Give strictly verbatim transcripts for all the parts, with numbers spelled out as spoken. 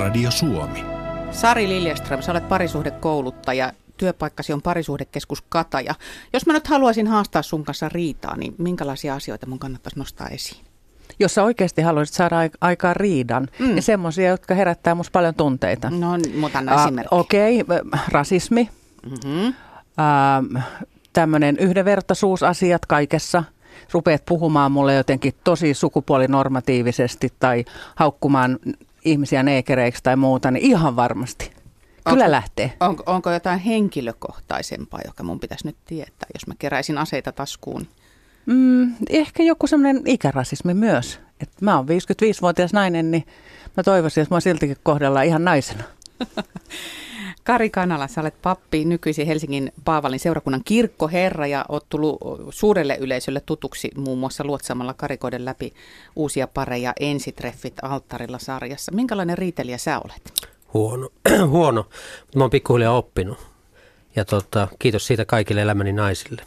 Yleisradio Suomi. Sari Liljeström, sä olet parisuhdekouluttaja. Työpaikkasi on Parisuhdekeskus Kataja. Jos mä nyt haluaisin haastaa sun kanssa riitaa, niin minkälaisia asioita mun kannattaisi nostaa esiin? Jos sä oikeasti haluaisit saada aikaan riidan, mm. niin semmoisia, jotka herättää musta paljon tunteita. No, mutta anna uh, esimerkki. Okei, okay. rasismi, mm-hmm. uh, tämmöinen yhdenvertaisuusasiat kaikessa. Rupeat puhumaan mulle jotenkin tosi sukupuolinormatiivisesti tai haukkumaan ihmisiä neekereiksi tai muuta, niin ihan varmasti. Kyllä onko, lähtee. Onko, onko jotain henkilökohtaisempaa, joka mun pitäisi nyt tietää, jos mä keräisin aseita taskuun? Mm, ehkä joku semmoinen ikärasismi myös. Et mä oon viisikymmentäviisivuotias nainen, niin mä toivoisin, että mä siltikin kohdellaan ihan naisena. Kari Kanala, sä olet pappi, nykyisin Helsingin Paavalin seurakunnan kirkkoherra ja oot tullut suurelle yleisölle tutuksi muun muassa luotsaamalla karikoiden läpi uusia pareja Ensitreffit alttarilla -sarjassa. Minkälainen riitelijä sä olet? Huono, huono. Mutta mä oon pikkuhiljaa oppinut. Ja tota, kiitos siitä kaikille elämäni naisille.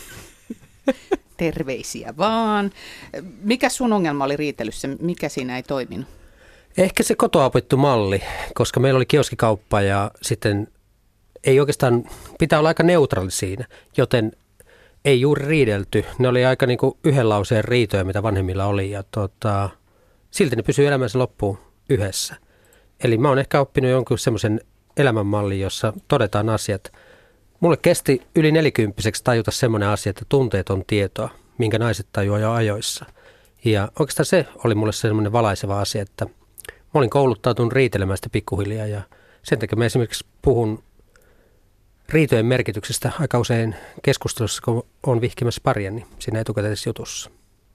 Terveisiä vaan. Mikä sun ongelma oli riitelyssä? Mikä siinä ei toiminut? Ehkä se kotoa opittu malli, koska meillä oli kioskikauppa ja sitten ei oikeastaan, pitää olla aika neutraali siinä, joten ei juuri riidelty. Ne oli aika niin kuin yhden lauseen riitoja, mitä vanhemmilla oli ja tota, silti ne pysyy elämänsä loppuun yhdessä. Eli mä oon ehkä oppinut jonkun semmoisen elämänmallin, jossa todetaan asiat. Mulle kesti yli nelikymppiseksi tajuta semmoinen asia, että tunteet on tietoa, minkä naiset tajuaa jo ajoissa. Ja oikeastaan se oli mulle semmoinen valaiseva asia, että mä olin kouluttautunut riitelemään sitä pikkuhiljaa ja sen takia mä esimerkiksi puhun riitojen merkityksestä aika usein keskustelussa, kun on vihkimässä paria, niin siinä etukäteisessä jutussa.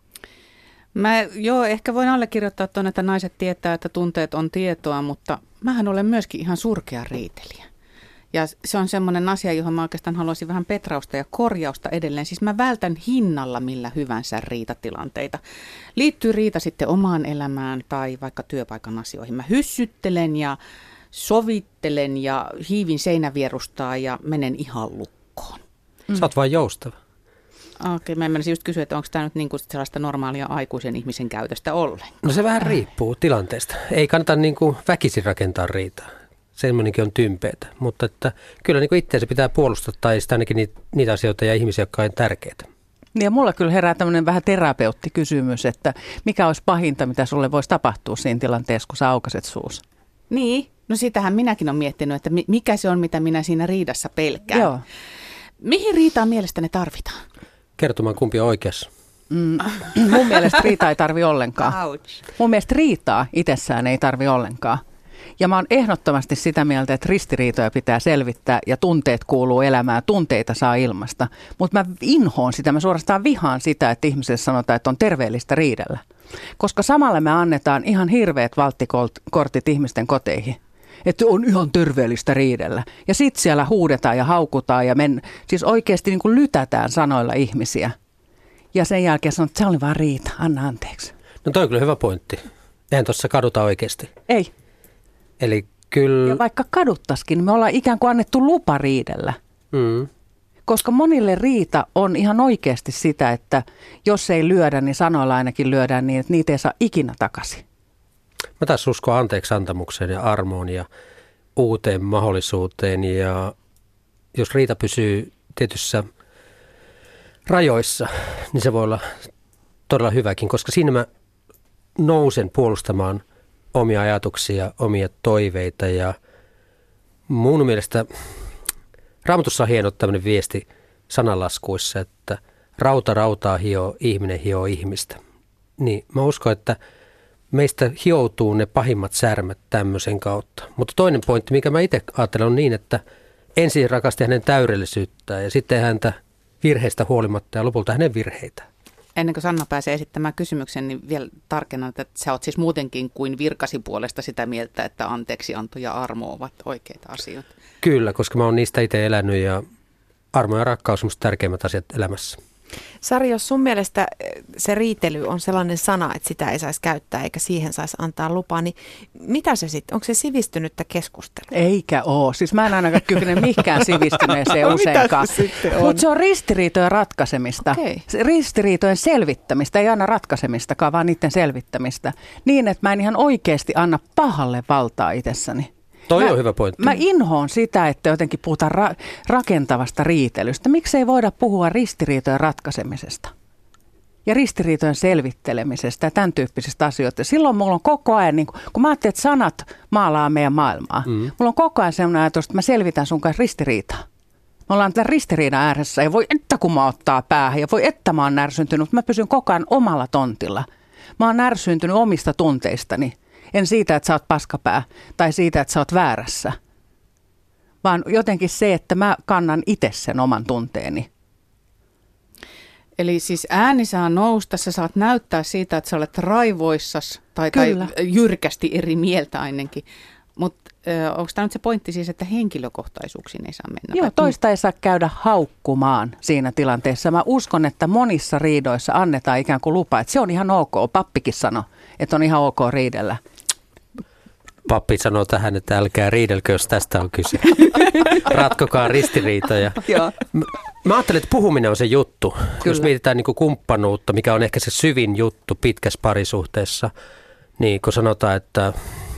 Mä joo, ehkä voin allekirjoittaa tuonne, että naiset tietää, että tunteet on tietoa, mutta mähän olen myöskin ihan surkea riitelijä. Ja se on semmoinen asia, johon mä oikeastaan haluaisin vähän petrausta ja korjausta edelleen. Siis mä vältän hinnalla millä hyvänsä riitatilanteita. Liittyy riita sitten omaan elämään tai vaikka työpaikan asioihin. Mä hyssyttelen ja sovittelen ja hiivin seinävierustaa ja menen ihan lukkoon. Mm. Sä oot vaan joustava. Okei, okay, mä menisin just kysyä, että onko tämä nyt niin kuin sellaista normaalia aikuisen ihmisen käytöstä ollenkaan? No se vähän riippuu tilanteesta. Ei kannata niin kuin väkisin rakentaa riitaa. Semmoinenkin on tympeätä, mutta että kyllä niin kuin itseänsä pitää puolustaa tai sitä ainakin niitä, niitä asioita ja ihmisiä, jotka on tärkeitä. Ja mulla kyllä herää tämmöinen vähän terapeuttikysymys, että mikä olisi pahinta, mitä sulle voisi tapahtua siinä tilanteessa, kun sä aukaset suus? Niin, no sitähän minäkin olen miettinyt, että mikä se on, mitä minä siinä riidassa pelkään. Joo. Mihin riitaa mielestäni tarvitaan? Kertomaan kumpi on oikeassa. Mm, mun mielestä riitaa ei tarvi ollenkaan. Ouch. Mun mielestä riitaa itsessään ei tarvi ollenkaan. Ja mä oon ehdottomasti sitä mieltä, että ristiriitoja pitää selvittää ja tunteet kuuluu elämään, tunteita saa ilmasta. Mutta mä inhoon sitä, mä suorastaan vihaan sitä, että ihmiselle sanotaan, että on terveellistä riidellä. Koska samalla me annetaan ihan hirveät valttikortit ihmisten koteihin. Että on ihan terveellistä riidellä. Ja sit siellä huudetaan ja haukutaan ja men, siis oikeasti niin kuin lytätään sanoilla ihmisiä. Ja sen jälkeen sanoo, että se oli vaan riita, anna anteeksi. No toi on kyllä hyvä pointti. Eihän tuossa kaduta oikeasti. Ei. Eli kyllä... Ja vaikka kaduttaskin, me ollaan ikään kuin annettu lupa riidellä. Mm. Koska monille riita on ihan oikeasti sitä, että jos ei lyödä, niin sanoilla ainakin lyödään niin, että niitä ei saa ikinä takaisin. Mä taas uskon anteeksi antamukseen ja armoon ja uuteen mahdollisuuteen. Ja jos riita pysyy tietyssä rajoissa, niin se voi olla todella hyväkin, koska siinä mä nousen puolustamaan omia ajatuksia, omia toiveita ja mun mielestä Raamatussa on hieno tämmöinen viesti sananlaskuissa, että rauta rautaa hioo, ihminen hioo ihmistä. Niin mä uskon, että meistä hioutuu ne pahimmat särmät tämmöisen kautta. Mutta toinen pointti, mikä mä itse ajattelen, on niin, että ensin rakasti hänen täydellisyyttään ja sitten häntä virheistä huolimatta ja lopulta hänen virheitä. Ennen kuin Sanna pääsee esittämään kysymyksen, niin vielä tarkennan, että sä oot siis muutenkin kuin virkasi puolesta sitä mieltä, että anteeksianto ja armo ovat oikeita asioita. Kyllä, koska mä oon niistä itse elänyt ja armo ja rakkaus on musta tärkeimmät asiat elämässä. Sari, jos sun mielestä se riitely on sellainen sana, että sitä ei saisi käyttää eikä siihen saisi antaa lupaa, niin mitä se sitten? Onko se sivistynyttä keskustelua? Eikä ole. Siis mä en ainakaan kykene mihinkään sivistyneeseen useinkaan. Mutta se on ristiriitojen ratkaisemista. Okay. Ristiriitojen selvittämistä, ei aina ratkaisemistakaan, vaan niiden selvittämistä. Niin, että mä en ihan oikeasti anna pahalle valtaa itsessäni. Toi mä, on hyvä pointti. Mä inhoon sitä, että jotenkin puhutaan ra- rakentavasta riitelystä. Miksi ei voida puhua ristiriitojen ratkaisemisesta ja ristiriitojen selvittelemisestä ja tämän tyyppisistä asioista. Silloin mulla on koko ajan, niin kun, kun mä ajattelin, että sanat maalaa meidän maailmaa, mm. mulla on koko ajan sellainen ajatus, että mä selvitän sun kanssa ristiriitaa. Me ollaan tämän ristiriidan ääressä ja voi että kun mä ottaa päähän ja voi että mä oon närsyntynyt, mutta mä pysyn koko ajan omalla tontilla. Mä oon närsyntynyt omista tunteistani. En siitä, että sä oot paskapää tai siitä, että sä oot väärässä, vaan jotenkin se, että mä kannan itse sen oman tunteeni. Eli siis ääni saa nousta, sä saat näyttää siitä, että sä olet raivoissas tai, tai jyrkästi eri mieltä ainakin. Mutta onko tämä nyt se pointti siis, että henkilökohtaisuuksiin ei saa mennä? Joo, toista ei saa käydä haukkumaan siinä tilanteessa. Mä uskon, että monissa riidoissa annetaan ikään kuin lupa, että se on ihan ok. Pappikin sanoi, että on ihan ok riidellä. Pappi sanoo tähän, että älkää riidelkö, jos tästä on kyse. Ratkokaa ristiriitoja. Mä ajattelen, että puhuminen on se juttu. Kyllä. Jos mietitään niin kuin kumppanuutta, mikä on ehkä se syvin juttu pitkässä parisuhteessa, niin kun sanotaan, että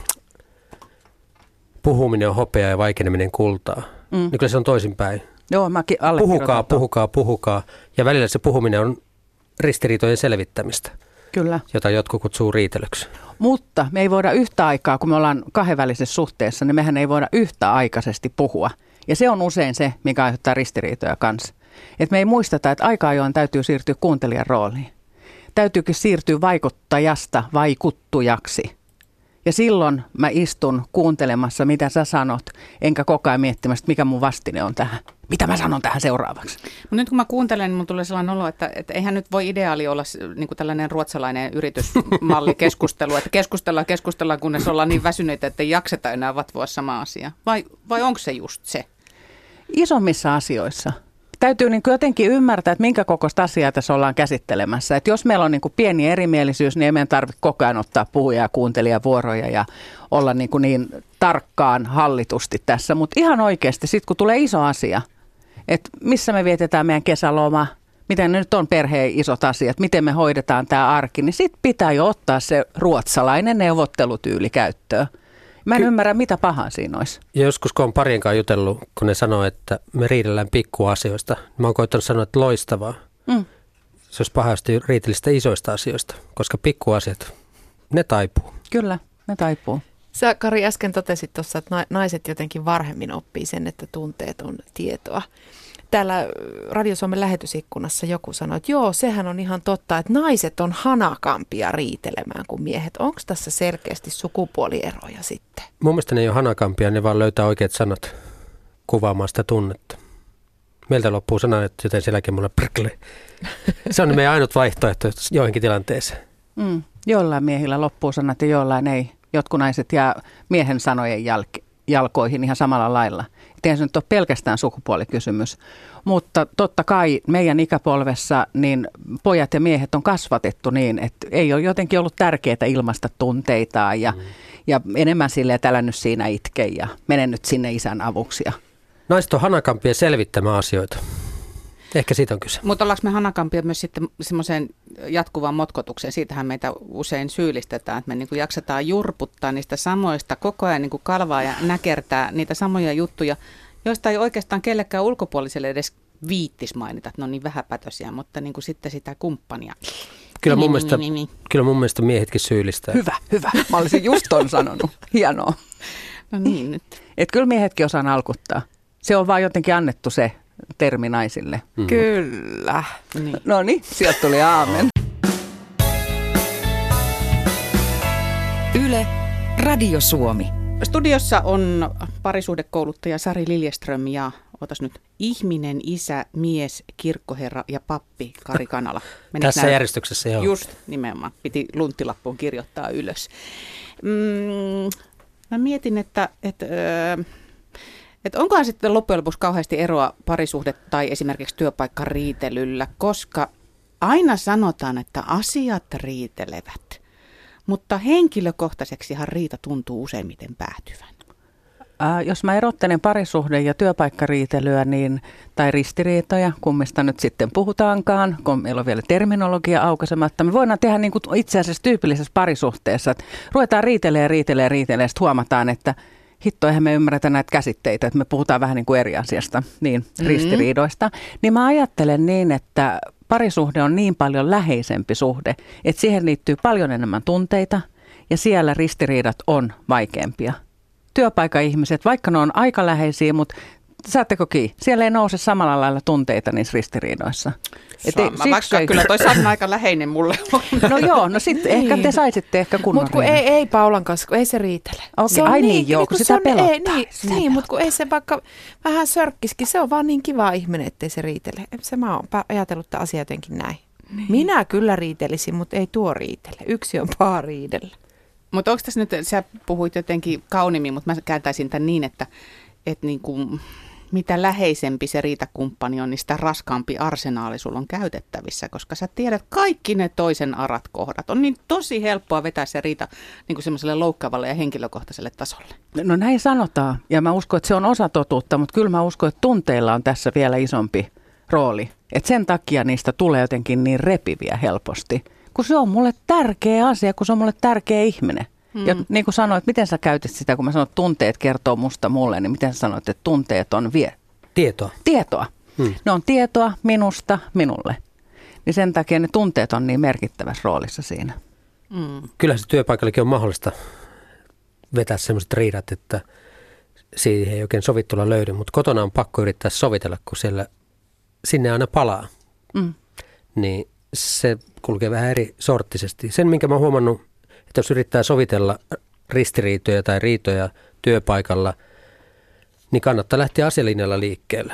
puhuminen on hopea ja vaikeneminen kultaa, mm. niin kyllä se on toisinpäin. Joo, mäkin puhukaa, puhukaa, puhukaa. Ja välillä se puhuminen on ristiriitojen selvittämistä. Kyllä. Jota jotkut kutsuu riitelyksi. Mutta me ei voida yhtä aikaa, kun me ollaan kahdenvälisessä suhteessa, niin mehän ei voida yhtäaikaisesti puhua. Ja se on usein se, mikä aiheuttaa ristiriitoja kanssa. Että me ei muisteta, että aika ajoin täytyy siirtyä kuuntelijan rooliin. Täytyykin siirtyä vaikuttajasta vaikuttujaksi. Ja silloin mä istun kuuntelemassa, mitä sä sanot, enkä koko ajan miettimästä, mikä mun vastine on tähän. Mitä mä sanon tähän seuraavaksi? Mut nyt kun mä kuuntelen, niin mun tulee sellainen olo, että, että eihän nyt voi ideaali olla niin kuin tällainen ruotsalainen yritysmalli keskustelu, että keskustellaan, keskustellaan, kunnes ollaan niin väsyneitä, että ei jakseta enää vatvoa sama asia. Vai, vai onko se just se? Isommissa asioissa. Täytyy niin kuin jotenkin ymmärtää, että minkä kokoista asiaa tässä ollaan käsittelemässä. Että jos meillä on niin kuin pieni erimielisyys, niin ei meidän tarvitse koko ajan ottaa puhuja- ja kuuntelijavuoroja ja olla niin, kuin niin tarkkaan hallitusti tässä. Mutta ihan oikeasti, sitten kun tulee iso asia, että missä me vietetään meidän kesäloma, miten ne nyt on perheen isot asiat, miten me hoidetaan tämä arki, niin sitten pitää jo ottaa se ruotsalainen neuvottelutyyli käyttöön. Mä en Ky- ymmärrä, mitä pahaa siinä olisi. Ja joskus, kun on parien kanssa jutellut, kun ne sanoo, että me riidellään pikkuasioista, mä oon koittanut sanoa, että loistavaa. Mm. Se olisi pahasti riitelistä isoista asioista, koska pikkuasiat, ne taipuu. Kyllä, ne taipuu. Sä, Kari, äsken totesit tuossa, että naiset jotenkin varhemmin oppii sen, että tunteet on tietoa. Täällä Radio Suomen lähetysikkunassa joku sanoi, että joo, sehän on ihan totta, että naiset on hanakampia riitelemään kuin miehet. Onko tässä selkeästi sukupuolieroja sitten? Mun mielestä ne ei ole hanakampia, ne vaan löytää oikeat sanat kuvaamaan sitä tunnetta. Meiltä loppuu sanat, joten sielläkin mulla prkle. Se on meidän ainut vaihtoehto joihinkin tilanteeseen. Mm. Jollain miehillä loppuu sanat ja jollain ei. Jotkut naiset jää miehen sanojen jälke- jalkoihin ihan samalla lailla. Eihän se nyt ole pelkästään sukupuolikysymys, mutta totta kai meidän ikäpolvessa niin pojat ja miehet on kasvatettu niin, että ei ole jotenkin ollut tärkeää ilmaista tunteitaan ja, mm. ja enemmän silleen, että älä nyt siinä itke ja mene nyt sinne isän avuksi. Naiset on hanakampia selvittämään asioita. Ehkä siitä on kyse. Mutta ollaanko me hanakampia myös sitten semmoiseen jatkuvaan motkotukseen? Siitähän meitä usein syyllistetään, että me niin kuin jaksetaan jurputtaa niistä samoista, koko ajan niin kuin kalvaa ja näkertää niitä samoja juttuja, joista ei oikeastaan kellekään ulkopuoliselle edes viittis mainita, että ne on niin vähäpätöisiä, mutta niin kuin sitten sitä kumppania. Kyllä mun, mielestä, kyllä mun mielestä miehetkin syyllistää. Hyvä, hyvä. Mä olisin just ton sanonut. Hienoa. No niin nyt. Että kyllä miehetkin osaa alkuttaa. Se on vaan jotenkin annettu se termi naisille. Mm-hmm. Kyllä. Niin. No niin, sieltä tuli aamen. Yle, Radio Suomi. Studiossa on parisuhdekouluttaja Sari Liljeström ja otas nyt ihminen, isä, mies, kirkkoherra ja pappi Kari Kanala. Menikö tässä näin? Järjestyksessä, joo. Just nimenomaan. Piti lunttilappuun kirjoittaa ylös. Mm, mä mietin, että... että öö, Et onkohan sitten loppujen lopuksi kauheasti eroa parisuhde tai esimerkiksi työpaikkariitelyllä, koska aina sanotaan, että asiat riitelevät, mutta henkilökohtaiseksihan riita tuntuu useimmiten päätyvän. Ää, jos mä erottelen parisuhde- ja työpaikkariitelyä niin, tai ristiriitoja, kummista nyt sitten puhutaankaan, kun meillä on vielä terminologia aukaisematta, me voidaan tehdä niin kuin itse asiassa tyypillisessä parisuhteessa, että ruvetaan riitelee, riitelee, riitelee, ja sitten huomataan, että hitto, eihän me ymmärretä näitä käsitteitä, että me puhutaan vähän niin kuin eri asiasta, niin mm-hmm. ristiriidoista. Niin mä ajattelen niin, että parisuhde on niin paljon läheisempi suhde, että siihen liittyy paljon enemmän tunteita ja siellä ristiriidat on vaikeampia. Työpaikan ihmiset, vaikka ne on aika läheisiä, mutta saatteko kiinni, siellä ei nouse samalla lailla tunteita niissä ristiriidoissa. Saan, ei, vaikka ei... kyllä toi Sanna aika läheinen mulle on. No joo, no sitten niin. Ehkä te saisitte ehkä kunnon Mutta kun ei, ei Paulan kanssa, kun ei se riitele. Okay. Se on ai niin, niin joo, kun sitä on, pelottaa. Ei, niin, sitä niin mutta kun ei se vaikka vähän sörkkisikin, se on vaan niin kiva ihminen, ettei se riitele. Se mä oon ajatellut tämän asian jotenkin näin. Niin. Minä kyllä riitelisin, mutta ei tuo riitele. Yksi on paha riidellä. Mutta onko tässä nyt, sä puhuit jotenkin kauniimmin, mutta mä kääntäisin tämän niin, että, että niin kuin, mitä läheisempi se riitakumppani on, niin sitä raskaampi arsenaali sulla on käytettävissä, koska sä tiedät kaikki ne toisen arat kohdat. On niin tosi helppoa vetää se riita niin kuin semmoiselle loukkaavalle ja henkilökohtaiselle tasolle. No näin sanotaan, ja mä uskon, että se on osa totuutta, mutta kyllä mä uskon, että tunteilla on tässä vielä isompi rooli. Että sen takia niistä tulee jotenkin niin repiviä helposti. Kun se on mulle tärkeä asia, kun se on mulle tärkeä ihminen. Mm. Ja niin kuin sanoit, miten sä käytit sitä, kun mä sanoin, että tunteet kertoo musta mulle, niin miten sä sanoit, että tunteet on vie? Tietoa. Tietoa. Mm. Ne on tietoa minusta minulle. Niin sen takia ne tunteet on niin merkittävässä roolissa siinä. Mm. Kyllä se työpaikallakin on mahdollista vetää sellaiset riidat, että siihen ei oikein sovittelua löydy, mutta kotona on pakko yrittää sovitella, kun siellä sinne aina palaa. Mm. Niin se kulkee vähän eri sorttisesti. Sen, minkä mä oon huomannut, että jos yrittää sovitella ristiriitoja tai riitoja työpaikalla, niin kannattaa lähteä asialinjalla liikkeelle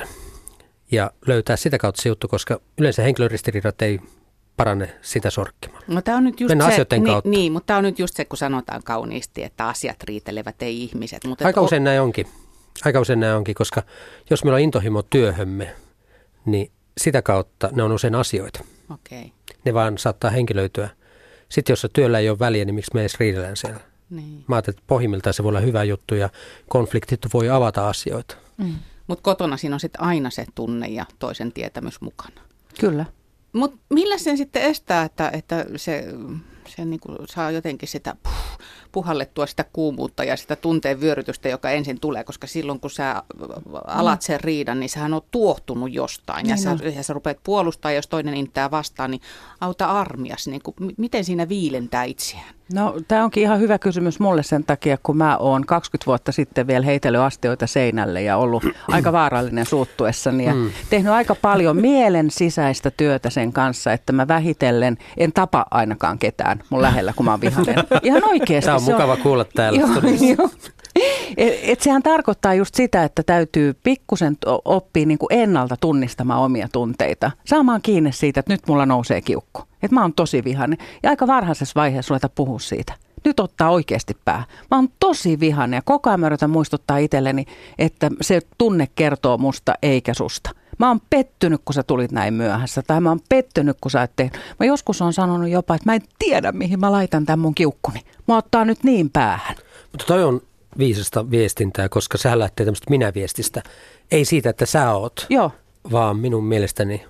ja löytää sitä kautta se juttu, koska yleensä henkilöristiriidat ei parane sitä sorkkimaan. No, tämä on nyt just Mennään se, asioiden kautta. Niin, niin, mutta tämä on nyt just se, kun sanotaan kauniisti, että asiat riitelevät, ei ihmiset. Mutta Aika o- usein näin onkin. Aika usein näin onkin, koska jos meillä on intohimo työhömme, niin sitä kautta ne on usein asioita. Okay. Ne vaan saattaa henkilöityä. Sitten jos työllä ei ole väliä, niin miksi me edes riidellään siellä? Niin. Mä ajattelin, että pohjimmiltaan se voi olla hyvä juttu ja konfliktit voi avata asioita. Mm. Mutta kotona siinä on sitten aina se tunne ja toisen tietämys mukana. Kyllä. Mutta millä sen sitten estää, että, että se, se niinku saa jotenkin sitä puh, puhallettua sitä kuumuutta ja sitä tunteen vyörytystä, joka ensin tulee, koska silloin kun sä alat sen riidan, niin sähän on tuohtunut jostain ja, sä, ja sä rupeat puolustamaan, jos toinen intää vastaan, niin auta armias. Niin kuin, miten siinä viilentää itseään? No tämä onkin ihan hyvä kysymys mulle sen takia, kun mä oon kaksikymmentä vuotta sitten vielä heitellyt astioita seinälle ja ollut aika vaarallinen suuttuessani ja mm. tehnyt aika paljon mielen sisäistä työtä sen kanssa, että mä vähitellen en tapa ainakaan ketään mun lähellä, kun mä oon vihainen. Ihan oikeasti. Tämä on se mukava on... kuulla täällä. Joo, joo. Et, et sehän tarkoittaa just sitä, että täytyy pikkusen oppia niin kuin ennalta tunnistamaan omia tunteita. Saamaan kiinni siitä, että nyt mulla nousee kiukku. Että mä oon tosi vihainen. Ja aika varhaisessa vaiheessa ruveta puhua siitä. Nyt ottaa oikeasti pää. Mä oon tosi vihainen ja koko ajan mä yritän muistuttaa itselleni, että se tunne kertoo musta eikä susta. Mä oon pettynyt, kun sä tulit näin myöhässä. Tai mä oon pettynyt, kun sä et tehnyt. Mä joskus on sanonut jopa, että mä en tiedä, mihin mä laitan tämän mun kiukkuni. Mä ottaa nyt niin päähän. Mutta toi on viisasta viestintää, koska sehän lähtee tämmöistä minä-viestistä. Ei siitä, että sä oot, Joo. vaan minun mielestäni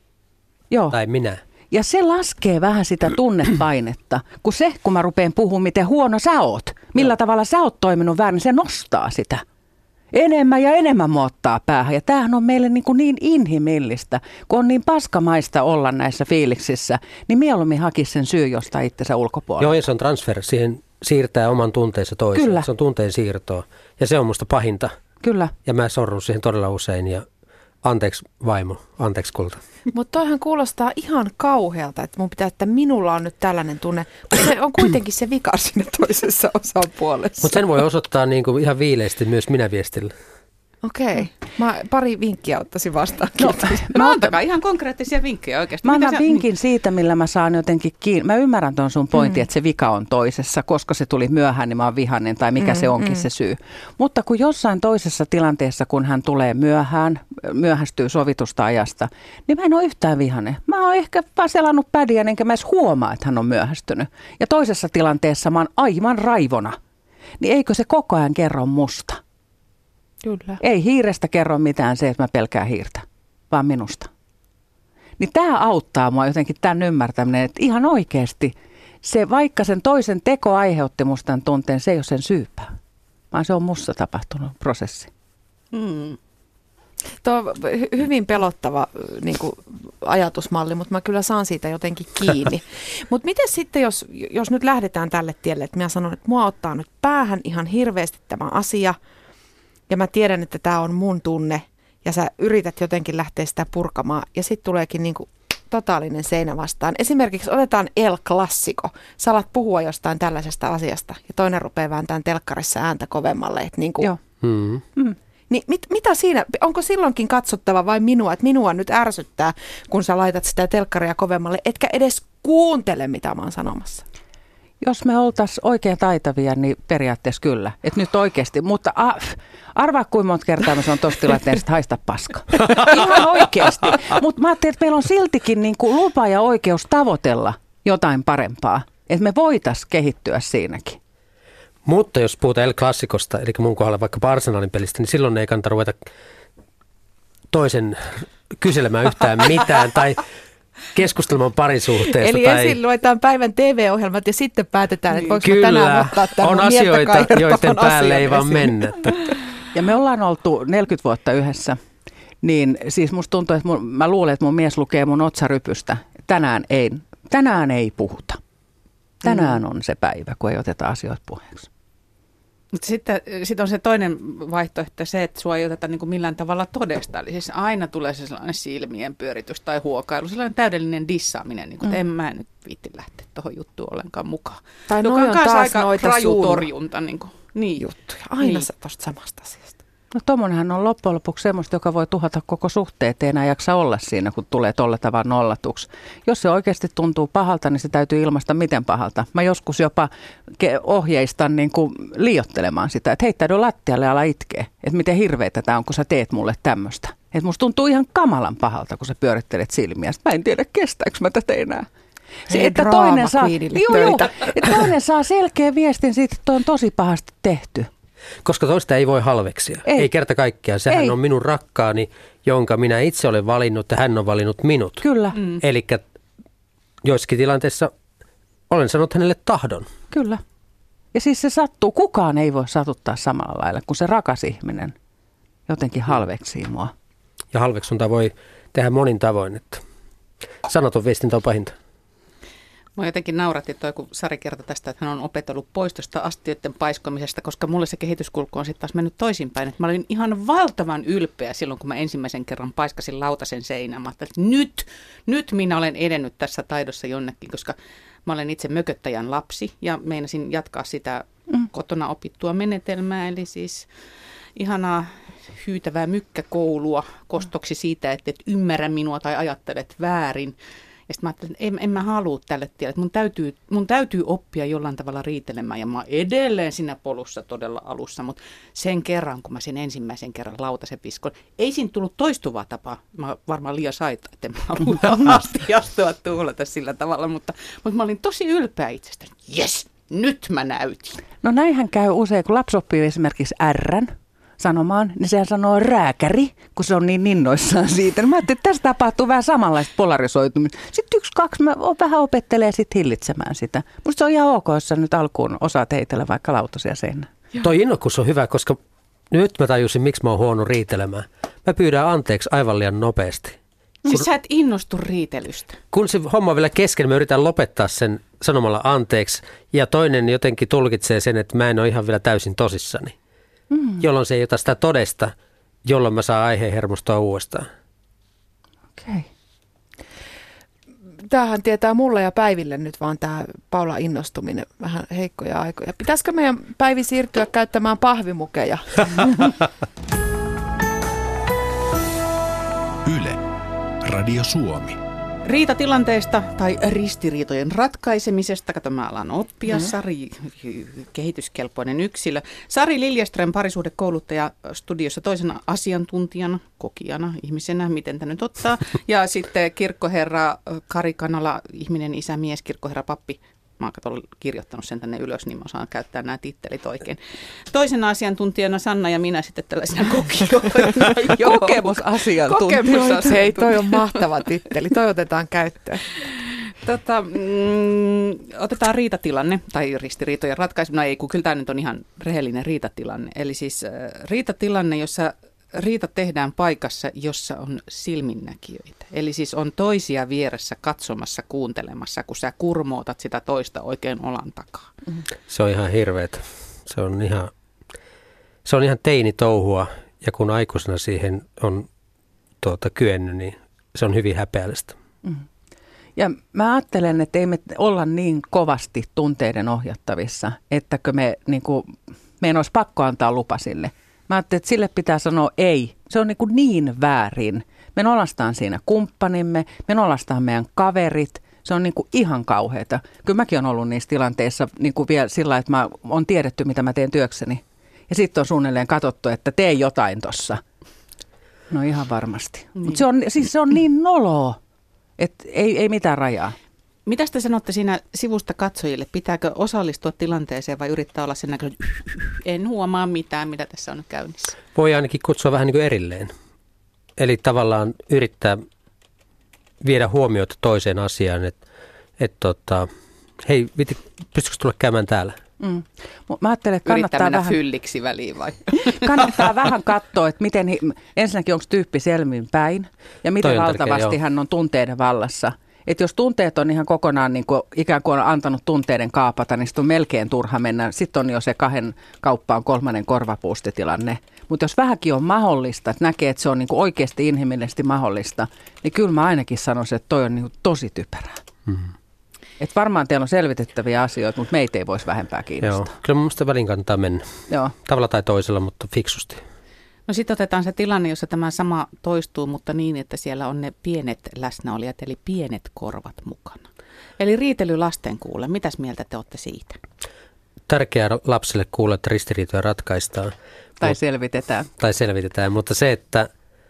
Joo. tai minä. Ja se laskee vähän sitä tunnepainetta, kun se, kun mä rupean puhumaan, miten huono sä oot, millä Joo. tavalla sä oot toiminut väärin, se nostaa sitä. Enemmän ja enemmän mua ottaa päähän. Ja tämähän on meille niin, kuin niin inhimillistä, kun on niin paskamaista olla näissä fiiliksissä, niin mieluummin hakisi sen syy jostain itsensä ulkopuolella. Joo, ja se on transfer, siihen siirtää oman tunteensa toiseen. Kyllä. Se on tunteen siirtoa. Ja se on musta pahinta. Kyllä. Ja mä sorrun siihen todella usein ja anteeksi vaimo, anteeksi kulta. Mutta toihan kuulostaa ihan kauhealta, että mun pitää, että minulla on nyt tällainen tunne, kun se on kuitenkin se vika siinä toisessa osapuolessa. Mutta sen voi osoittaa niinku ihan viileästi myös minäviestillä. Okei. Mä pari vinkkiä ottaisin vastaan. No, no antakaa ihan konkreettisia vinkkejä oikeasti. Mä annan sä, vinkin niin? siitä, millä mä saan jotenkin kiinni. Mä ymmärrän ton sun pointin, mm. että se vika on toisessa. Koska se tuli myöhään, niin mä oon vihainen tai mikä mm, se onkin mm. se syy. Mutta kun jossain toisessa tilanteessa, kun hän tulee myöhään, myöhästyy sovitusta ajasta, niin mä en ole yhtään vihainen. Mä oon ehkä vaan selannut pädiä, enkä mä edes huomaa, että hän on myöhästynyt. Ja toisessa tilanteessa mä oon aivan raivona. Niin eikö se koko ajan kerro musta? Kyllä. Ei hiirestä kerro mitään se, että mä pelkään hiirtä, vaan minusta. Niin tämä auttaa mua jotenkin tämän ymmärtäminen, että ihan oikeasti se, vaikka sen toisen teko aiheutti musta tämän tunteen, se ei ole sen syypää, vaan se on musta tapahtunut prosessi. Hmm. Tuo on hyvin pelottava niin kuin ajatusmalli, mutta mä kyllä saan siitä jotenkin kiinni. Mutta miten sitten, jos, jos nyt lähdetään tälle tielle, että mä sanon, että mua ottaa nyt päähän ihan hirveästi tämä asia, ja mä tiedän, että tämä on mun tunne, ja sä yrität jotenkin lähteä sitä purkamaan, ja sitten tuleekin niin kuin totaalinen seinä vastaan. Esimerkiksi otetaan El Clasico. Sä alat puhua jostain tällaisesta asiasta, ja toinen rupeaa vääntämään telkkarissa ääntä kovemmalle. Että niin kuin, Joo. Mm. Mm. Niin mit, mitä siinä, onko silloinkin katsottava vai minua, että minua nyt ärsyttää, kun sä laitat sitä telkkaria kovemmalle, etkä edes kuuntele, mitä mä oon sanomassa? Jos me oltaisiin oikein taitavia, niin periaatteessa kyllä. Että nyt oikeasti, mutta a, arvaa kuinka monta kertaa mä sanon tuossa tilanteessa, että haista paska. Ihan oikeasti. Mutta mä ajattelin, että meillä on siltikin niin kuin lupa ja oikeus tavoitella jotain parempaa. Että me voitaisiin kehittyä siinäkin. Mutta jos puhutaan El Clasicosta, eli mun kohdalla vaikka Arsenalin pelistä, niin silloin ei kannata ruveta toisen kyselemään yhtään mitään tai keskustelemaan parisuhteesta. Eli tai... ensin luetaan päivän T V-ohjelmat ja sitten päätetään, että voiko Kyllä, tänään ottaa tämän on asioita, joiden päälle ei vaan mennä. Ja me ollaan oltu neljäkymmentä vuotta yhdessä, niin siis musta tuntuu, että mun, mä luulen, että mun mies lukee mun otsarypystä. Tänään ei, tänään ei puhuta. Tänään mm. on se päivä, kun ei oteta asioita puheeksi. Mutta sitten sit on se toinen vaihtoehto se, että sua ei oteta niin kuin millään tavalla todesta. Eli siis aina tulee se sellainen silmien pyöritys tai huokailu, sellainen täydellinen dissaaminen, niin kuin, että mm. en mä nyt viitti lähteä tuohon juttuun ollenkaan mukaan. Tai noi on taas aika noita raju torjunta. Niin kuin, niin. juttuja. Aina niin. Sä tosta samasta asiasta. No tommonenhan on loppujen lopuksi semmoista, joka voi tuhota koko suhteet, ei enää jaksa olla siinä, kun tulee tolla tavalla nollatuksi. Jos se oikeasti tuntuu pahalta, niin se täytyy ilmaista miten pahalta. Mä joskus jopa ohjeistan niin kuin liioittelemaan sitä, että heittäydy lattialle ja ala itkeä. Että miten hirveetä tämä on, kun sä teet mulle tämmöistä. Että musta tuntuu ihan kamalan pahalta, kun sä pyörittelet silmiä. Mä en tiedä, kestääkö mä tätä enää. Se, Hei, että toinen saa, juu, juu, että toinen saa selkeä viestin siitä, että toi on tosi pahasti tehty. Koska toista ei voi halveksia. Ei, ei kerta kaikkiaan. Sehän ei. on minun rakkaani, jonka minä itse olen valinnut ja hän on valinnut minut. Kyllä. Mm. Eli joissakin tilanteissa olen sanonut hänelle tahdon. Kyllä. Ja siis se sattuu. Kukaan ei voi satuttaa samalla lailla, kun se rakas ihminen jotenkin halveksii mua. Ja halveksunta voi tehdä monin tavoin. Että sanaton viestintä on pahinta. Mä jotenkin nauratti toi, kun Sari kertoi tästä, että hän on opetellut pois tuosta astioiden paiskomisesta, koska mulle se kehityskulku on sitten taas mennyt toisinpäin. Että mä olin ihan valtavan ylpeä silloin, kun mä ensimmäisen kerran paiskasin lautasen seinään. Mä ajattelin, että nyt, nyt minä olen edennyt tässä taidossa jonnekin, koska mä olen itse mököttäjän lapsi ja meinasin jatkaa sitä mm. kotona opittua menetelmää. Eli siis ihanaa hyytävää mykkäkoulua kostoksi siitä, että et ymmärrä minua tai ajattelet väärin. Ja sitten mä ajattelin, että en, en mä halua tälle tielle, että mun täytyy, mun täytyy oppia jollain tavalla riitelemään. Ja mä oon edelleen siinä polussa todella alussa, mutta sen kerran, kun mä sen ensimmäisen kerran lautasen viskoin, ei siinä tullut toistuvaa tapaa. Mä varmaan liian saita, että en mä halua asti astua tuhlata sillä tavalla, mutta, mutta mä olin tosi ylpeä itsestäni. Jes, nyt mä näytin. No näinhän käy usein, kun lapsi oppii esimerkiksi R:n sanomaan, niin sehän sanoo rääkäri, kun se on niin innoissaan siitä. No mä ajattelin, että tässä tapahtuu vähän samanlaista polarisoitumista. Sitten yksi, kaksi, mä vähän opettelen sitten hillitsemään sitä. Musta se on ihan ok, jos sä nyt alkuun osaat heitellä vaikka lautasia seinään. Toi innokkuus on hyvä, koska nyt mä tajusin, miksi mä oon huono riitelemään. Mä pyydän anteeksi aivan liian nopeasti. Siis kun, sä et innostu riitelystä. Kun se homma on vielä kesken, mä yritän lopettaa sen sanomalla anteeksi. Ja toinen jotenkin tulkitsee sen, että mä en ole ihan vielä täysin tosissani. Mm. Jolloin se ei ota sitä todesta, jolloin mä saan aiheen hermostua uudestaan. Okei. Okay. Tämähän tietää mulle ja Päiville nyt vaan tämä Paula innostuminen vähän heikkoja aikoja. Pitäisikö meidän Päivi siirtyä käyttämään pahvimukeja? Radio Suomi. Riitatilanteesta tai ristiriitojen ratkaisemisesta, kato mä alan oppia, mm-hmm. Sari, kehityskelpoinen yksilö. Sari Liljeström, parisuhdekouluttaja studiossa toisena asiantuntijana, kokijana, ihmisenä, miten tämä nyt ottaa. Ja sitten kirkkoherra Kari Kanala, ihminen, isä, mies, kirkkoherra, pappi. Mä oon kirjoittanut sen tänne ylös, niin mä osaan käyttää nämä tittelit oikein. Toisena asiantuntijana Sanna ja minä sitten tällaisena kokijoina. Kokemusasiantuntijoita. Kokemusasiantuntijoita. Hei, toi on mahtava titteli. Toi otetaan käyttöön. Tota, mm, otetaan riitatilanne tai ristiriitojen ratkaisu. No ei, kun kyllä tämä nyt on ihan rehellinen riitatilanne. Eli siis äh, riitatilanne, jossa riita tehdään paikassa, jossa on silminnäkijöitä. Eli siis on toisia vieressä katsomassa, kuuntelemassa, kun sä kurmootat sitä toista oikein olan takaa. Se on ihan hirveetä. Se on ihan, se on ihan teinitouhua, ja kun aikuisena siihen on tuota, kyennyt, niin se on hyvin häpeällistä. Mm. Ja mä ajattelen, että ei me olla niin kovasti tunteiden ohjattavissa, ettäkö me, niin kuin, meidän olisi pakko antaa lupa sille. Mä ajattelin, että sille pitää sanoa ei. Se on niin, kuin niin väärin. Me nolastaan siinä kumppanimme, me nolastaan meidän kaverit. Se on niin kuin ihan kauheata. Kyllä mäkin olen ollut niissä tilanteissa niin kuin vielä sillä, että mä on tiedetty, mitä mä teen työkseni. Ja sitten on suunnilleen katsottu, että tee jotain tossa. No ihan varmasti. Niin. Mutta se on, siis se on niin noloa, että ei, ei mitään rajaa. Mitä te sanotte siinä sivusta katsojille? Pitääkö osallistua tilanteeseen vai yrittää olla sen näköinen, en huomaa mitään, mitä tässä on käynnissä? Voi ainakin kutsua vähän niin kuin erilleen. Eli tavallaan yrittää viedä huomiota toiseen asiaan, että et tota, hei, pystyisikö tulla käymään täällä? Mm. Mä ajattelen, että kannattaa mennä vähän fylliksi väliin vai? Kannattaa vähän katsoa, että miten, ensinnäkin onko tyyppi selmin päin ja miten valtavasti tärkeä, hän on tunteiden vallassa. Että jos tunteet on ihan kokonaan niin kuin, ikään kuin on antanut tunteiden kaapata, niin sitten on melkein turha mennä. Sitten on jo se kahden kauppaan kolmannen korvapuustitilanne. Mutta jos vähänkin on mahdollista, että näkee, että se on niin kuin oikeasti inhimillisesti mahdollista, niin kyllä mä ainakin sanoisin, että toi on niin kuin tosi typerää. Mm-hmm. Että varmaan teillä on selvitettäviä asioita, mutta meitä ei voisi vähempää kiinnostaa. Joo, kyllä mun mielestä välin kannattaa mennä. Joo. Tavalla tai toisella, mutta fiksusti. No sitten otetaan se tilanne, jossa tämä sama toistuu, mutta niin, että siellä on ne pienet läsnäolijat, eli pienet korvat mukana. Eli riitely lasten kuulle. Mitäs mieltä te olette siitä? Tärkeää lapselle kuulla, että ristiriitoja ratkaistaan. Tai Mut, selvitetään. Tai selvitetään, mutta se, että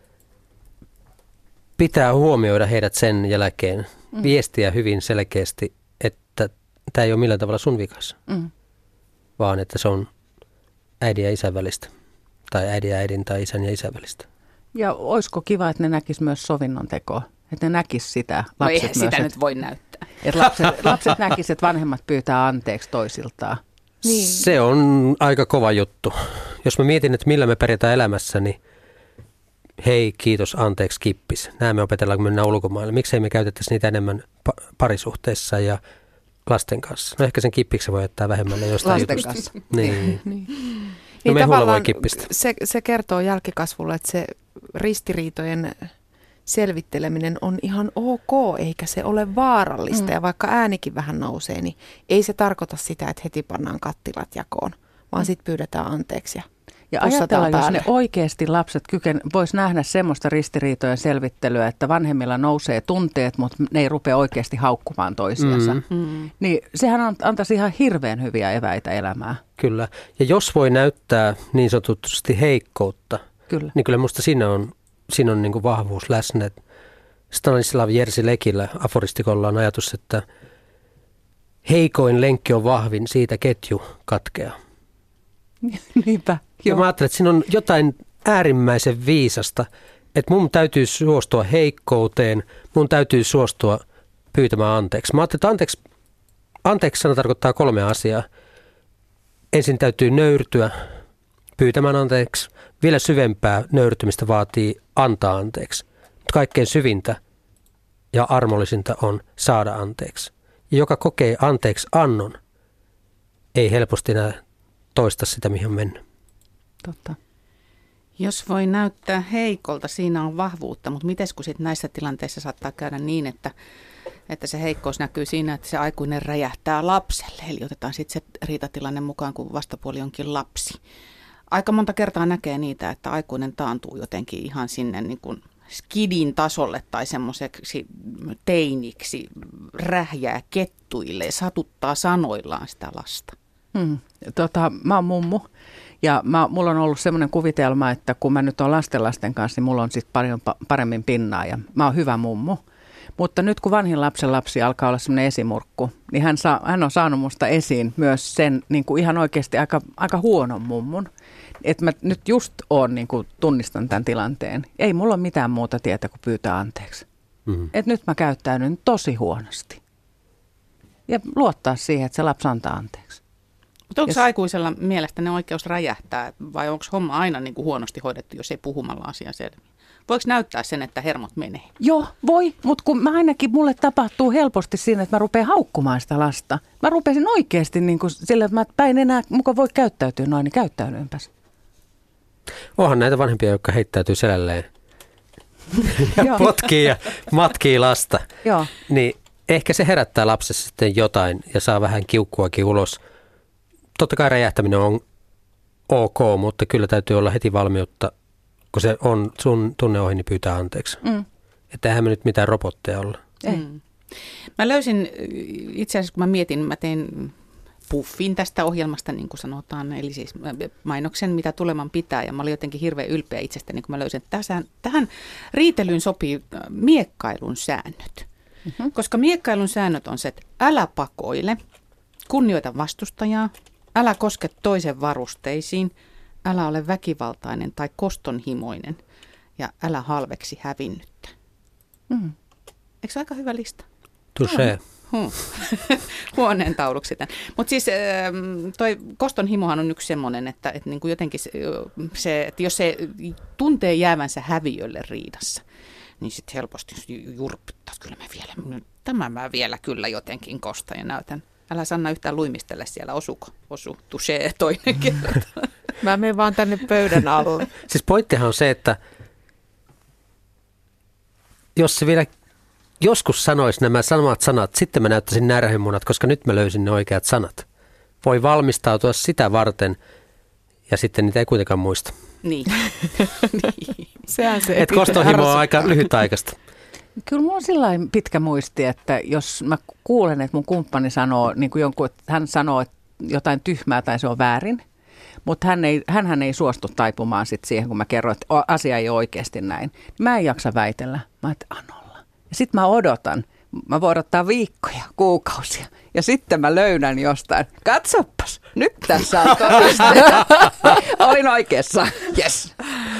pitää huomioida heidät sen jälkeen, mm. viestiä hyvin selkeästi, että tämä ei ole millään tavalla sun vikassa, mm. vaan että se on äidin ja isän välistä. Tai äidin ja äidin tai isän ja isän välistä. Ja olisiko kiva, että ne näkis myös sovinnon tekoa? Että ne näkis sitä. Lapset no eihän myös, sitä et, nyt voi näyttää. Että lapset, lapset näkis, että vanhemmat pyytää anteeksi toisiltaan. Niin. Se on aika kova juttu. Jos mä mietin, että millä me pärjätään elämässä, niin hei, kiitos, anteeksi, kippis. Nämä me opetellaan, kun mennään ulkomaille. Miksei me käytettäisi niitä enemmän pa- parisuhteissa ja lasten kanssa? No ehkä sen kippiksen voi jättää vähemmälle jostain lasten jutusta. kanssa. Niin. niin. No niin mehulla voi kippistä. Se, se kertoo jälkikasvulle, että se ristiriitojen selvitteleminen on ihan ok, eikä se ole vaarallista. Mm. Ja vaikka äänikin vähän nousee, niin ei se tarkoita sitä, että heti pannaan kattilat jakoon, vaan mm. sitten pyydetään anteeksi. Ja, ja ajatellaan, jos ne oikeasti lapset kyken, vois nähdä semmoista ristiriitojen selvittelyä, että vanhemmilla nousee tunteet, mutta ne ei rupea oikeasti haukkumaan toisiansa. Mm. Mm. Niin sehän antaisi ihan hirveän hyviä eväitä elämään. Kyllä. Ja jos voi näyttää niin sanotusti heikkoutta, kyllä. niin kyllä musta siinä on, siinä on niin kuin vahvuus läsnä. Stanislav Jerzy-Lekillä aforistikolla on ajatus, että heikoin lenkki on vahvin, siitä ketju katkeaa. Niinpä. Ja mä ajattelen, että siinä on jotain äärimmäisen viisasta, että mun täytyy suostua heikkouteen, mun täytyy suostua pyytämään anteeksi. Mä ajattelen, että anteeksi, anteeksi sana tarkoittaa kolme asiaa. Ensin täytyy nöyrtyä pyytämään anteeksi. Vielä syvempää nöyrtymistä vaatii antaa anteeksi. Mutta kaikkein syvintä ja armollisinta on saada anteeksi. Ja joka kokee anteeksi annon, ei helposti enää toista sitä, mihin on mennyt. Totta. Jos voi näyttää heikolta, siinä on vahvuutta, mutta miten kun sitten näissä tilanteissa saattaa käydä niin, että, että se heikkous näkyy siinä, että se aikuinen räjähtää lapselle. Eli otetaan sitten se riitatilanne mukaan, kun vastapuoli onkin lapsi. Aika monta kertaa näkee niitä, että aikuinen taantuu jotenkin ihan sinne niin kuin skidin tasolle tai semmoiseksi teiniksi, rähjää kettuille, satuttaa sanoillaan sitä lasta? Hmm. Tota, mä oon mummu ja mä, mulla on ollut semmoinen kuvitelma, että kun mä nyt oon lastenlasten kanssa, niin mulla on sitten paljon paremmin pinnaa ja mä oon hyvä mummu. Mutta nyt kun vanhin lapsen lapsi alkaa olla semmoinen esimurkku, niin hän, saa, hän on saanut musta esiin myös sen niin kuin ihan oikeasti aika, aika huonon mummun. Että mä nyt just oon, niin kuin tunnistan tämän tilanteen. Ei mulla ole mitään muuta tietä kuin pyytää anteeksi. Mm-hmm. Että nyt mä käyttäydyn tosi huonosti. Ja luottaa siihen, että se lapsi antaa anteeksi. Mutta onko Jos... aikuisella mielestäni oikeus räjähtää vai onko homma aina niin kuin huonosti hoidettu, jos ei puhumalla asiaa selviä? Voiko näyttää sen, että hermot menee? Joo, voi, mutta kun mä ainakin mulle tapahtuu helposti siinä, että mä rupean haukkumaan sitä lasta. Mä rupesin oikeasti niin kuin sillä, että mä päin enää muka voi käyttäytyä noin, niin käyttäydynpäs. Onhan näitä vanhempia, jotka heittäytyy selälleen ja potkii ja matkii lasta. Joo. Niin ehkä se herättää lapsessa sitten jotain ja saa vähän kiukkuakin ulos. Totta kai räjähtäminen on ok, mutta kyllä täytyy olla heti valmiutta, kun se on sun tunne ohi, niin pyytää anteeksi. Mm. Että eihän me nyt mitään robotteja olla. Ei. Mm. Mä löysin, itse asiassa kun mä mietin, mä tein puffin tästä ohjelmasta, niin kuin sanotaan, eli siis mainoksen, mitä tuleman pitää, ja mä olin jotenkin hirveän ylpeä itsestäni, kun mä löysin, että tähän, tähän riitelyyn sopii miekkailun säännöt. Mm-hmm. Koska miekkailun säännöt on se, että älä pakoile, kunnioita vastustajaa, älä koske toisen varusteisiin, älä ole väkivaltainen tai kostonhimoinen ja älä halveksi hävinnyttä. Mm. Eikö se aika hyvä lista? Touché. Hmm. Huoneen tauluksi tämän. Mutta siis toi kostonhimohan on yksi semmoinen, että, että niin kuin jotenkin se, se, että jos se tuntee jäävänsä häviölle riidassa, niin sitten helposti jurpittaa, kyllä mä vielä, tämä mä vielä kyllä jotenkin kostan ja näytän. Älä Sanna yhtään luimistele siellä, osuko? Osu, touché, toinen kerta. Mä menen vaan tänne pöydän alle. Siis pointtihan on se, että jos se vielä joskus sanoisi nämä samat sanat, sitten mä näyttäisin närhemunat, koska nyt mä löysin ne oikeat sanat. Voi valmistautua sitä varten ja sitten niitä ei kuitenkaan muista. Niin. niin. Sehän se että kostohimo on aika lyhytaikaista. Kyllä mulla on sillain pitkä muisti, että jos mä kuulen, että mun kumppani sanoo, niin kuin jonkun, että hän sanoo että jotain tyhmää tai se on väärin, mutta hän ei, hänhän ei suostu taipumaan sit siihen, kun mä kerron, että asia ei ole oikeasti näin. Mä en jaksa väitellä. Mä että Anolla. Ja sitten mä odotan. Mä voin odottaa viikkoja, kuukausia. Ja sitten mä löydän jostain. Katsoppas, nyt tässä on todista. Olin oikeassa. Yes.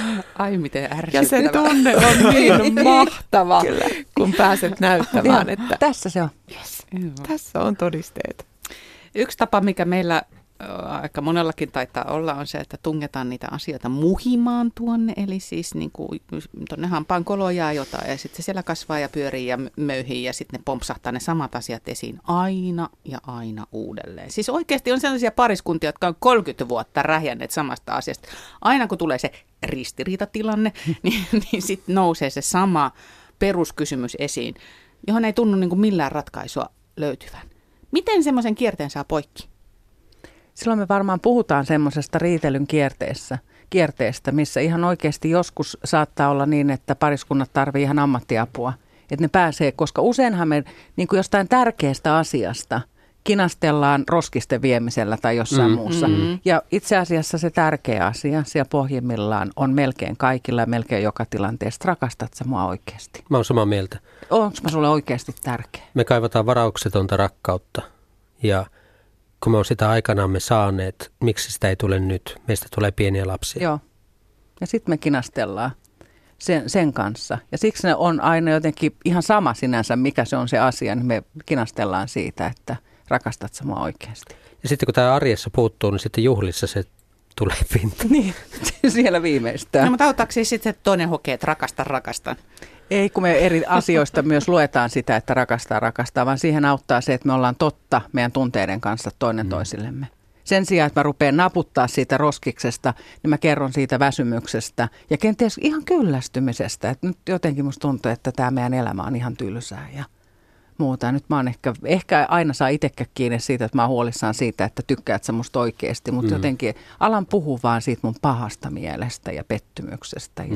Ai miten ärsyttävää. Ja sen tunne on niin mahtava, kyllä, kun pääset näyttämään. Ja, että tässä se on. Yes, tässä on todisteet. Yksi tapa, mikä meillä aika monellakin taitaa olla, on se, että tungetaan niitä asioita muhimaan tuonne. Eli siis niin kuin tuonne hampaan koloon jää jotain ja sitten se siellä kasvaa ja pyörii ja möyhii ja sitten ne pompsahtaa ne samat asiat esiin aina ja aina uudelleen. Siis oikeasti on sellaisia pariskuntia, jotka on kolmekymmentä vuotta rähjänneet samasta asiasta. Aina kun tulee se ristiriitatilanne, niin, niin sitten nousee se sama peruskysymys esiin, johon ei tunnu niin kuin millään ratkaisua löytyvän. Miten semmoisen kierteen saa poikki? Silloin me varmaan puhutaan semmoisesta riitelyn kierteessä, kierteestä, missä ihan oikeasti joskus saattaa olla niin, että pariskunnat tarvitsee ihan ammattiapua. Että ne pääsee, koska useinhan me niin kuin jostain tärkeästä asiasta kinastellaan roskisten viemisellä tai jossain mm, muussa. Mm. Ja itse asiassa se tärkeä asia siellä pohjimmillaan on melkein kaikilla ja melkein joka tilanteessa. Rakastat sä mua oikeasti? Mä oon samaa mieltä. Onko mä sulle oikeasti tärkeä? Me kaivataan varauksetonta rakkautta ja kun me on sitä aikanaan saaneet, miksi sitä ei tule nyt? Meistä tulee pieniä lapsia. Joo. Ja sitten me kinastellaan sen, sen kanssa. Ja siksi ne on aina jotenkin ihan sama sinänsä, mikä se on se asia, niin me kinastellaan siitä, että rakastat sä mua oikeasti. Ja sitten kun tämä arjessa puuttuu, niin sitten juhlissa se tulee pintaan. Niin, siellä viimeistään. No, mutta auttaako siis sitten, että toinen hokee, että rakastan, rakastan? Ei, kun me eri asioista myös luetaan sitä, että rakastaa, rakastaa, vaan siihen auttaa se, että me ollaan totta meidän tunteiden kanssa toinen mm. toisillemme. Sen sijaan, että mä rupean naputtaa siitä roskiksesta, niin mä kerron siitä väsymyksestä ja kenties ihan kyllästymisestä. Että nyt jotenkin musta tuntuu, että tämä meidän elämä on ihan tylsää ja muuta. Nyt mä oon ehkä, ehkä aina saa itsekään kiinni siitä, että mä oon huolissaan siitä, että tykkäät sä musta oikeasti, mutta mm. jotenkin alan puhua vaan siitä mun pahasta mielestä ja pettymyksestä ja mm.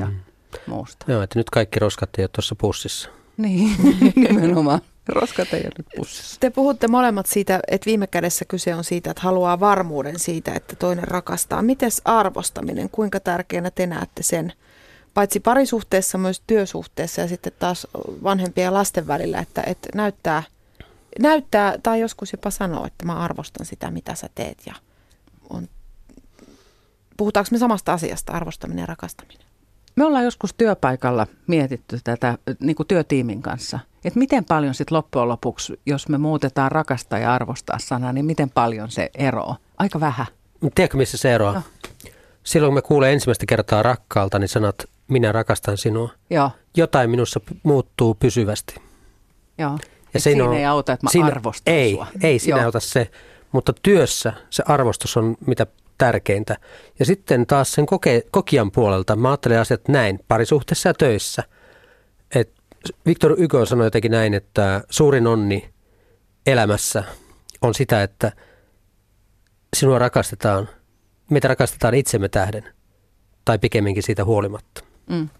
muusta. Joo, että nyt kaikki roskat ei ole tuossa pussissa. Niin, nimenomaan. Roskat ei ole nyt pussissa. Te puhutte molemmat siitä, että viime kädessä kyse on siitä, että haluaa varmuuden siitä, että toinen rakastaa. Mites arvostaminen, kuinka tärkeänä te näette sen, paitsi parisuhteessa, myös työsuhteessa ja sitten taas vanhempien ja lasten välillä, että, että näyttää, näyttää tai joskus jopa sanoo, että mä arvostan sitä, mitä sä teet. Ja on, puhutaanko me samasta asiasta, arvostaminen ja rakastaminen? Me ollaan joskus työpaikalla mietitty tätä niin kuin työtiimin kanssa, että miten paljon sitten loppujen lopuksi, jos me muutetaan rakastaa ja arvostaa sanaa, niin miten paljon se eroaa? Aika vähän. Tiedätkö, missä se eroaa? No. Silloin kun me kuulee ensimmäistä kertaa rakkaalta, niin sanot, minä rakastan sinua. Joo. Jotain minussa muuttuu pysyvästi. Joo. Ja siinä on, ei auta, että mä siinä, arvostan ei, sua. Ei, siinä Joo. ei auta se, mutta työssä se arvostus on mitä tärkeintä. Ja sitten taas sen koke, kokijan puolelta mä ajattelen asiat näin, parisuhteessa ja töissä. Et Victor Hugo sanoi jotenkin näin, että suurin onni elämässä on sitä, että sinua rakastetaan, meitä rakastetaan itsemme tähden, tai pikemminkin siitä huolimatta. Mm.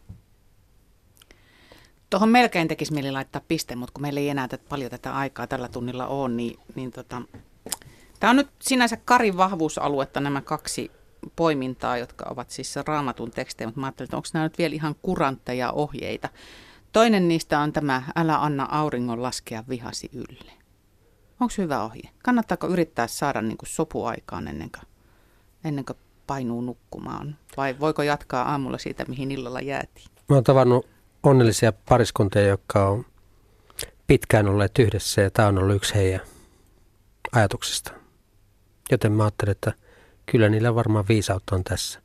Tuohon melkein tekisi mieli laittaa piste, mutta kun meillä ei enää tätä, paljon tätä aikaa tällä tunnilla ole, niin, niin tota, tämä on nyt sinänsä Karin vahvuusaluetta nämä kaksi poimintaa, jotka ovat siis Raamatun tekstejä, mutta mä ajattelin, että onko nämä nyt vielä ihan kurantteja ohjeita. Toinen niistä on tämä, älä anna auringon laskea vihasi ylle. Onko hyvä ohje? Kannattaako yrittää saada niin kuin sopuaikaan ennen kuin, ennen kuin painuu nukkumaan? Vai voiko jatkaa aamulla siitä, mihin illalla jäätiin? Mä oon tavannut onnellisia pariskuntia, jotka on pitkään olleet yhdessä, ja tämä on ollut yksi heidän ajatuksista. Joten mä ajattelin, että kyllä niillä varmaan viisautta on tässä.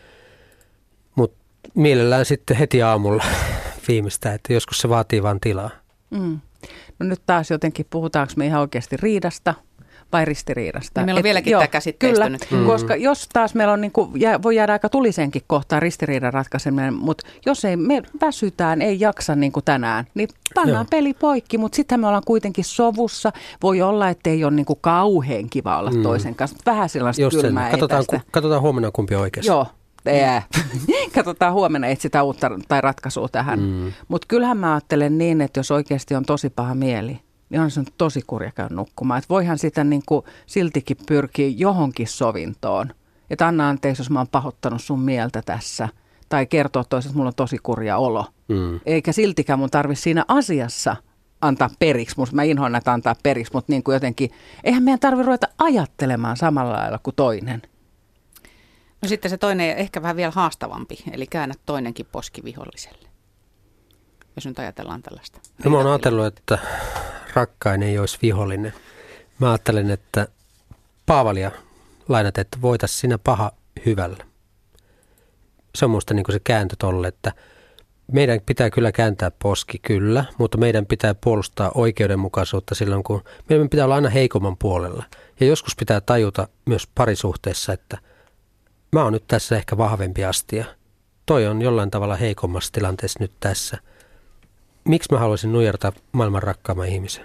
Mutta mielellään sitten heti aamulla viimeistään, että joskus se vaatii vaan tilaa. Mm. No nyt taas jotenkin puhutaanko me ihan oikeasti riidasta vai ristiriidasta? Ja meillä on Et, vieläkin joo, tämä käsitteistönyt. Kyllä, mm. koska jos taas meillä on, niin kuin, jää, voi jäädä aika tulisenkin kohtaan ristiriidan ratkaiseminen, mutta jos ei me väsytään, ei jaksa niin kuin tänään, niin pannaan joo. peli poikki, mutta sittenhän me ollaan kuitenkin sovussa. Voi olla, että ei ole niin kuin kauhean kiva olla mm. toisen kanssa, mutta vähän sellaista just kylmää sen. Katsotaan, etäistä. ku, katsotaan huomenna kumpi on oikeassa. Joo. Katsotaan huomenna etsitään uutta tai ratkaisua tähän. Mm. Mutta kyllähän mä ajattelen niin, että jos oikeasti on tosi paha mieli, niin on se tosi kurja käydä nukkumaan. Että voihan sitä niin kuin siltikin pyrkiä johonkin sovintoon. Että anna anteeksi, jos mä oon pahoittanut sun mieltä tässä. Tai kertoa toisaalta, että mulla on tosi kurja olo. Mm. Eikä siltikään mun tarvitse siinä asiassa antaa periksi. Musta mä inhoan näitä antaa periksi, mutta niin kuin jotenkin, eihän meidän tarvitse ruveta ajattelemaan samalla lailla kuin toinen. No sitten se toinen ehkä vähän vielä haastavampi, eli käännä toinenkin poski viholliselle, jos nyt ajatellaan tällaista. No mä oon ajatellut, että rakkain ei olisi vihollinen. Mä ajattelen, että Paavalia lainat, että voitaisiin sinä paha hyvällä. Se on musta niin kuin se kääntö tolle, että meidän pitää kyllä kääntää poski, kyllä, mutta meidän pitää puolustaa oikeudenmukaisuutta silloin, kun meidän pitää olla aina heikomman puolella. Ja joskus pitää tajuta myös parisuhteessa, että mä oon nyt tässä ehkä vahvempi astia. Toi on jollain tavalla heikommassa tilanteessa nyt tässä. Miksi mä haluaisin nujertaa maailman rakkaamman ihmisen?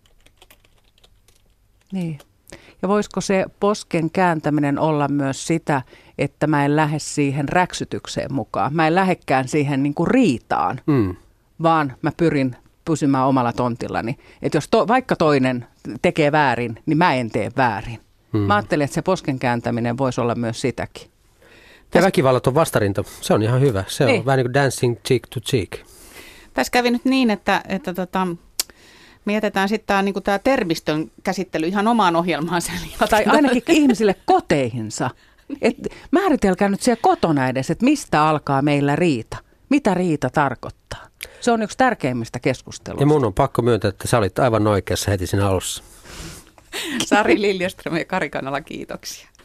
Niin. Ja voisiko se posken kääntäminen olla myös sitä, että mä en lähde siihen räksytykseen mukaan. Mä en lähdekään siihen niin kuin riitaan, mm. vaan mä pyrin pysymään omalla tontillani. Että jos to, vaikka toinen tekee väärin, niin mä en tee väärin. Mm. Mä ajattelen, että se posken kääntäminen voisi olla myös sitäkin. Ja väkivallaton vastarinta, se on ihan hyvä. Se on niin. Vähän niin kuin dancing cheek to cheek. Tässä kävi nyt niin, että, että tota, me jätetään sitten tämä niinku termistön käsittely ihan omaan ohjelmaan sen jälkeen. Tai ainakin ihmisille koteihinsa. Et määritelkää nyt siellä kotona edes, että mistä alkaa meillä riita. Mitä riita tarkoittaa? Se on yksi tärkeimmistä keskusteluista. Ja mun on pakko myöntää, että sä olit aivan oikeassa heti siinä alussa. Sari Liljeström ja Kari Kanala, kiitoksia.